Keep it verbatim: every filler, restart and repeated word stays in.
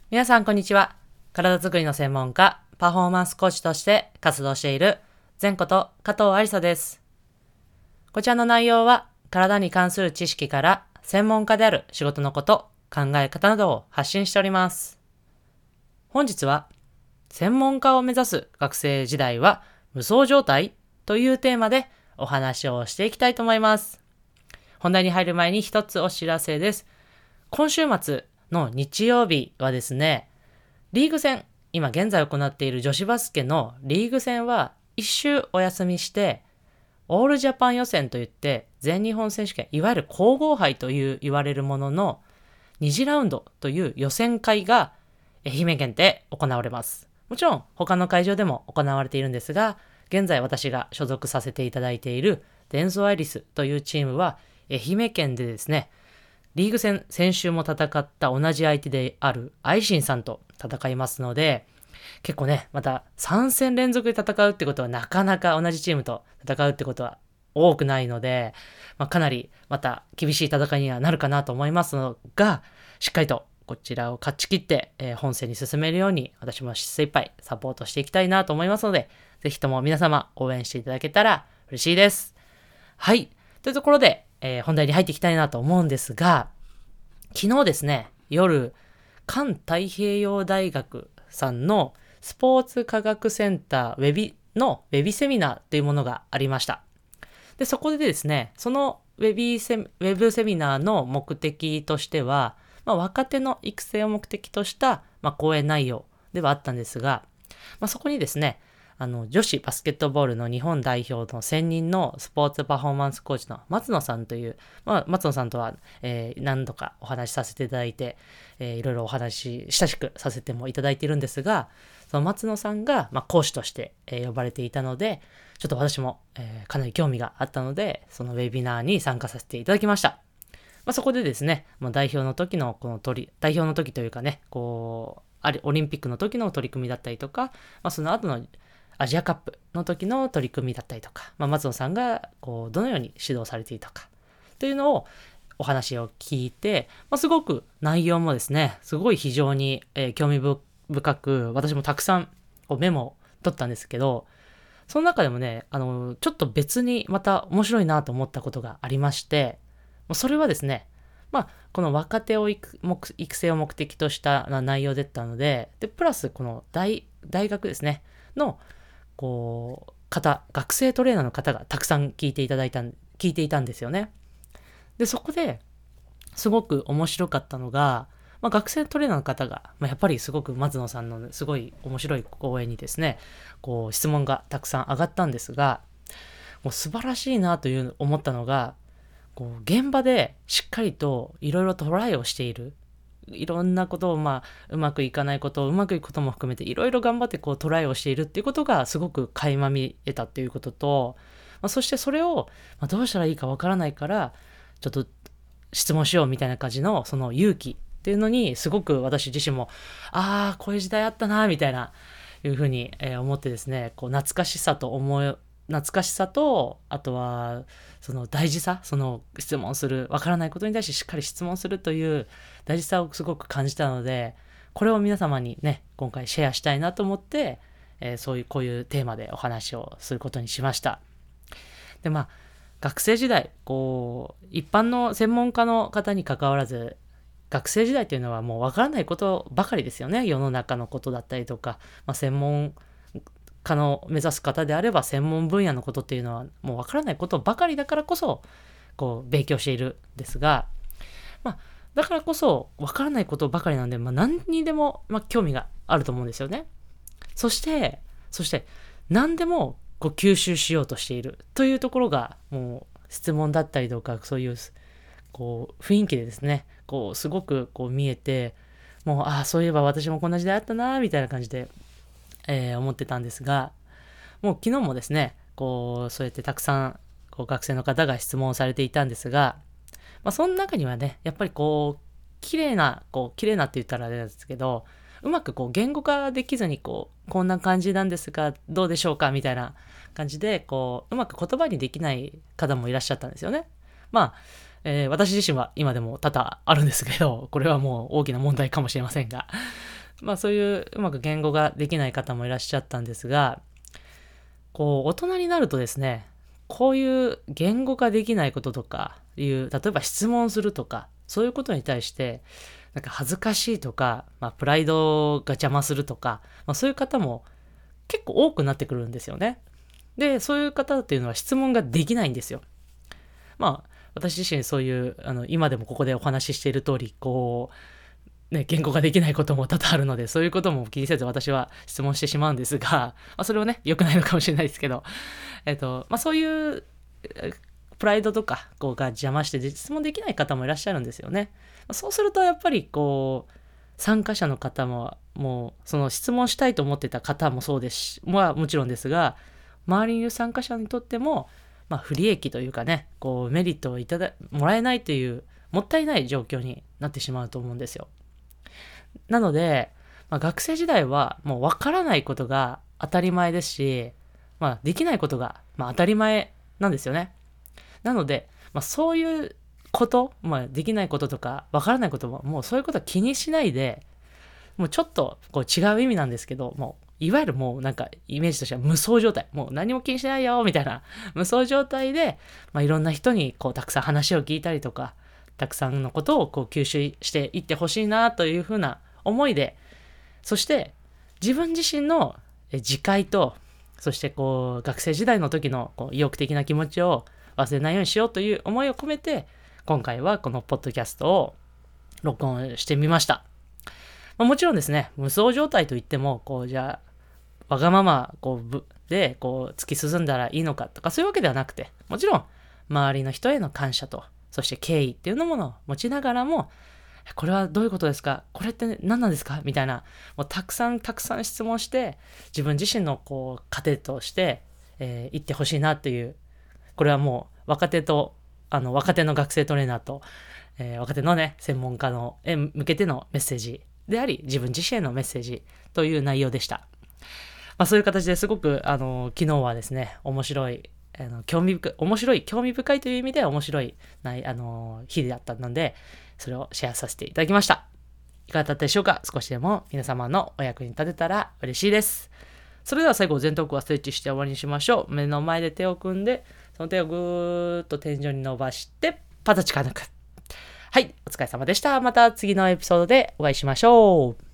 皆さんこんにちは。体づくりの専門家、パフォーマンスコーチとして活動している前こと加藤ありさです。こちらの内容は体に関する知識から専門家である仕事のこと、考え方などを発信しております。本日は専門家を目指す学生時代は無双状態というテーマでお話をしていきたいと思います。本題に入る前に一つお知らせです。今週末の日曜日はですね、リーグ戦、今現在行っている女子バスケのリーグ戦は一周お休みして、オールジャパン予選といって全日本選手権、いわゆる皇后杯という言われるもののに次ラウンドという予選会が愛媛県で行われます。もちろん他の会場でも行われているんですが、現在私が所属させていただいているデンソーアイリスというチームは愛媛県でですね、リーグ戦、先週も戦った同じ相手であるアイシンさんと戦いますので、結構ね、またさん戦連続で戦うってことはなかなか同じチームと戦うってことは多くないので、まあ、かなりまた厳しい戦いにはなるかなと思いますが、しっかりとこちらを勝ち切って、えー、本戦に進めるように私も精一杯サポートしていきたいなと思いますので、ぜひとも皆様応援していただけたら嬉しいです。はい。というところで、えー、本題に入っていきたいなと思うんですが、昨日ですね、夜、環太平洋大学さんのスポーツ科学センターウェビのウェビセミナーというものがありました。で、そこでですね、そのウェビセウェブセミナーの目的としては、まあ、若手の育成を目的とした、まあ、講演内容ではあったんですが、まあ、そこにですね、あの女子バスケットボールの日本代表の専任のスポーツパフォーマンスコーチの松野さんという、まあ、松野さんとは、えー、何度かお話しさせていただいて、えー、いろいろお話し親しくさせてもいただいているんですが、その松野さんが、まあ、講師として、えー、呼ばれていたので、ちょっと私も、えー、かなり興味があったので、そのウェビナーに参加させていただきました。まあ、そこでですね、もう代表の時のこの取り、代表の時というかね、こう、あれオリンピックの時の取り組みだったりとか、まあ、その後のアジアカップの時の取り組みだったりとか、まあ、松野さんがこうどのように指導されていたかというのをお話を聞いて、まあ、すごく内容もですね、すごい非常に、えー、興味深く、私もたくさんこうメモを取ったんですけど、その中でもね、あのちょっと別にまた面白いなと思ったことがありまして、それはですね、まあ、この若手を育成を目的とした内容だったので、でプラスこの 大, 大学ですねのこう方、学生トレーナーの方がたくさん聞いていただいた聞いていたんですよね。でそこですごく面白かったのが、まあ、学生トレーナーの方が、まあ、やっぱりすごく松野さんのすごい面白い講演にですね、こう質問がたくさん上がったんですが、もう素晴らしいなという思ったのが、こう現場でしっかりといろいろトライをしている、いろんなことを、まあ、うまくいかないことをうまくいくことも含めていろいろ頑張ってこうトライをしているっていうことがすごく垣間見えたっていうことと、まあ、そしてそれを、まあ、どうしたらいいかわからないからちょっと質問しようみたいな感じのその勇気っていうのにすごく私自身もああこういう時代あったなみたいないうふうに思ってですね、こう懐かしさと思い懐かしさと、あとはその大事さ、その質問する、わからないことに対してしっかり質問するという大事さをすごく感じたので、これを皆様にね今回シェアしたいなと思って、えー、そういうこういうテーマでお話をすることにしました。でまあ学生時代、こう一般の専門家の方に関わらず、学生時代というのはもうわからないことばかりですよね。世の中のことだったりとか、まあ、専門家の目指す方であれば専門分野のことっていうのはもうわからないことばかりだからこそこう勉強しているんですが、まあ、だからこそわからないことばかりなんで、まあ、何にでも、まあ、興味があると思うんですよね。そしてそして何でもこう吸収しようとしているというところが、もう質問だったりとかそういうこう雰囲気でですね、こうすごくこう見えて、もうああそういえば私もこんな時代あったなみたいな感じで、えー、思ってたんですが、もう昨日もですね、こうそうやってたくさんこう学生の方が質問されていたんですが、まあ、その中にはね、やっぱりこう綺麗なこう綺麗なって言ったらあれなんですけど、うまくこう言語化できずにこうこんな感じなんですがどうでしょうかみたいな感じで、こううまく言葉にできない方もいらっしゃったんですよね。まあ、えー、私自身は今でも多々あるんですけど、これはもう大きな問題かもしれませんが、 まあそういううまく言語ができない方もいらっしゃったんですが、こう大人になるとですね、こういう言語化できないこととかいう、例えば質問するとか、そういうことに対して、なんか恥ずかしいとか、まあプライドが邪魔するとか、まあそういう方も結構多くなってくるんですよね。で、そういう方っていうのは質問ができないんですよ。まあ私自身そういう、あの、今でもここでお話ししている通り、こう、ね、言語ができないことも多々あるので、そういうことも気にせず私は質問してしまうんですが、まあ、それはね、良くないのかもしれないですけど、えっと、まあ、そういう、プライドとか、こう、が邪魔して質問できない方もいらっしゃるんですよね。そうすると、やっぱり、こう、参加者の方も、もう、その質問したいと思ってた方もそうですし、まあ、もちろんですが、周りにいる参加者にとっても、まあ、不利益というかね、こう、メリットをいただ、もらえないという、もったいない状況になってしまうと思うんですよ。なので、まあ、学生時代はもう分からないことが当たり前ですし、まあ、できないことが、まあ、当たり前なんですよね。なので、まあ、そういうこと、まあ、できないこととか分からないことも、もうそういうことは気にしないで、もうちょっとこう違う意味なんですけど、もういわゆるもうなんかイメージとしては無双状態、もう何も気にしないよみたいな無双状態で、まあ、いろんな人にこうたくさん話を聞いたりとか、たくさんのことをこう吸収していってほしいなというふうな思いで、そして自分自身の自戒と、そしてこう学生時代の時のこう意欲的な気持ちを忘れないようにしようという思いを込めて、今回はこのポッドキャストを録音してみました。まあ、もちろんですね、無双状態といっても、こうじゃあわがままこうでこう突き進んだらいいのかとか、そういうわけではなくて、もちろん周りの人への感謝と、そして敬意っていうのものを持ちながらも、これはどういうことですか、これって何なんですかみたいな、もうたくさんたくさん質問して、自分自身のこう糧として、えー、言ってほしいなっていう、これはもう若手と、あの若手の学生トレーナーと、えー、若手のね、専門家のへ向けてのメッセージであり、自分自身へのメッセージという内容でした。まあ、そういう形ですごく、あの、昨日はですね、面白い、あの興味深い、面白い、興味深いという意味では面白い、ないあの日だったので、それをシェアさせていただきました。いかがだったでしょうか。少しでも皆様のお役に立てたら嬉しいです。それでは最後、前頭腔はストレッチして終わりにしましょう。目の前で手を組んで、その手をぐーっと天井に伸ばして、パタチカ抜く。はい、お疲れ様でした。また次のエピソードでお会いしましょう。